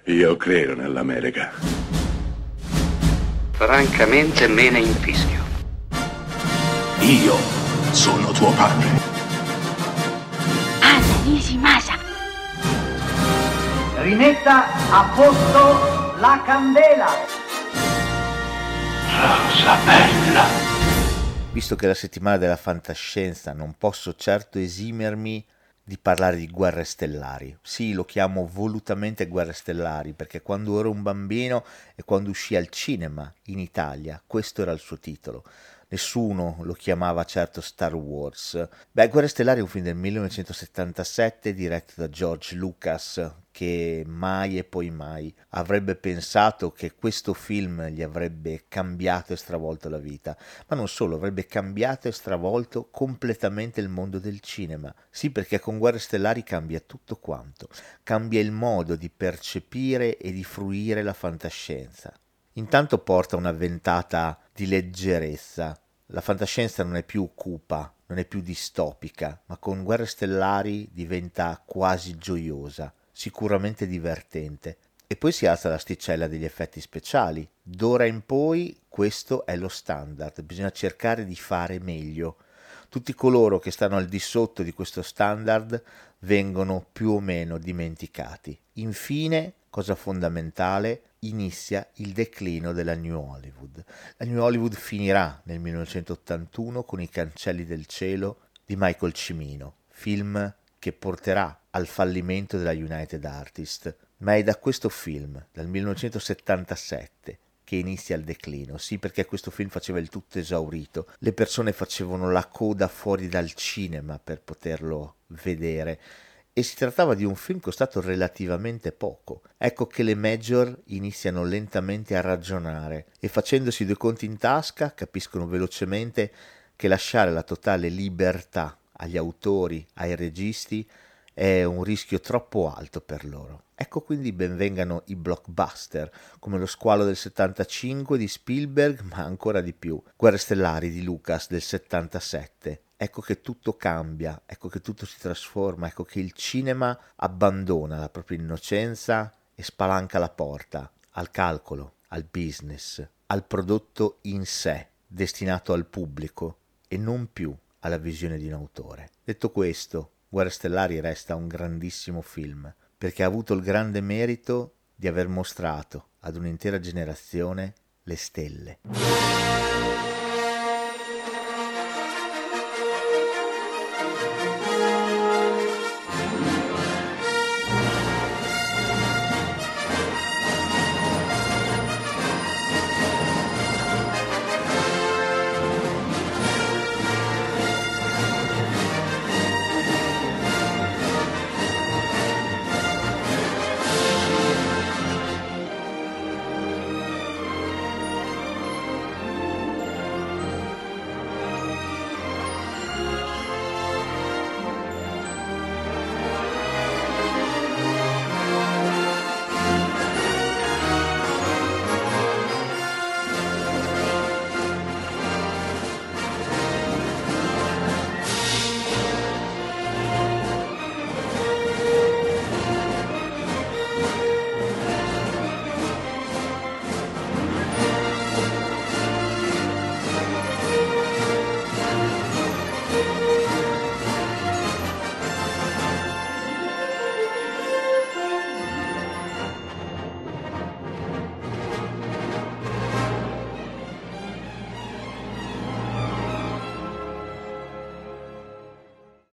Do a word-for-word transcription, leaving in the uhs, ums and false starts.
Io credo nell'America. Francamente me ne infischio. Io sono tuo padre. Anna Nishimasa. Rimetta a posto la candela. Rosa bella. Visto che è la settimana della fantascienza, non posso certo esimermi di parlare di Guerre Stellari. Sì, lo chiamo volutamente Guerre Stellari perché quando ero un bambino e quando uscì al cinema in Italia, questo era il suo titolo. Nessuno lo chiamava certo Star Wars. Beh, Guerre Stellari è un film del millenovecentosettantasette diretto da George Lucas, che mai e poi mai avrebbe pensato che questo film gli avrebbe cambiato e stravolto la vita, ma non solo, avrebbe cambiato e stravolto completamente il mondo del cinema. Sì, perché con Guerre Stellari cambia tutto quanto, cambia il modo di percepire e di fruire la fantascienza. Intanto porta una ventata di leggerezza. La fantascienza non è più cupa, non è più distopica, ma con Guerre Stellari diventa quasi gioiosa, sicuramente divertente. E poi si alza l'asticella degli effetti speciali. D'ora in poi questo è lo standard, bisogna cercare di fare meglio. Tutti coloro che stanno al di sotto di questo standard vengono più o meno dimenticati. Infine, cosa fondamentale, inizia il declino della New Hollywood. La New Hollywood finirà nel millenovecentottantuno con I cancelli del cielo di Michael Cimino, film che porterà al fallimento della United Artists, ma è da questo film, dal millenovecentosettantasette, che inizia il declino. Sì, perché questo film faceva il tutto esaurito, le persone facevano la coda fuori dal cinema per poterlo vedere, e si trattava di un film costato relativamente poco. Ecco che le major iniziano lentamente a ragionare e facendosi due conti in tasca capiscono velocemente che lasciare la totale libertà agli autori, ai registi, è un rischio troppo alto per loro. Ecco quindi benvengano i blockbuster, come Lo squalo del settantacinque di Spielberg, ma ancora di più, Guerre Stellari di Lucas del settantasette. Ecco che tutto cambia, ecco che tutto si trasforma, ecco che il cinema abbandona la propria innocenza e spalanca la porta al calcolo, al business, al prodotto in sé, destinato al pubblico e non più alla visione di un autore. Detto questo, Guerre Stellari resta un grandissimo film, perché ha avuto il grande merito di aver mostrato ad un'intera generazione le stelle.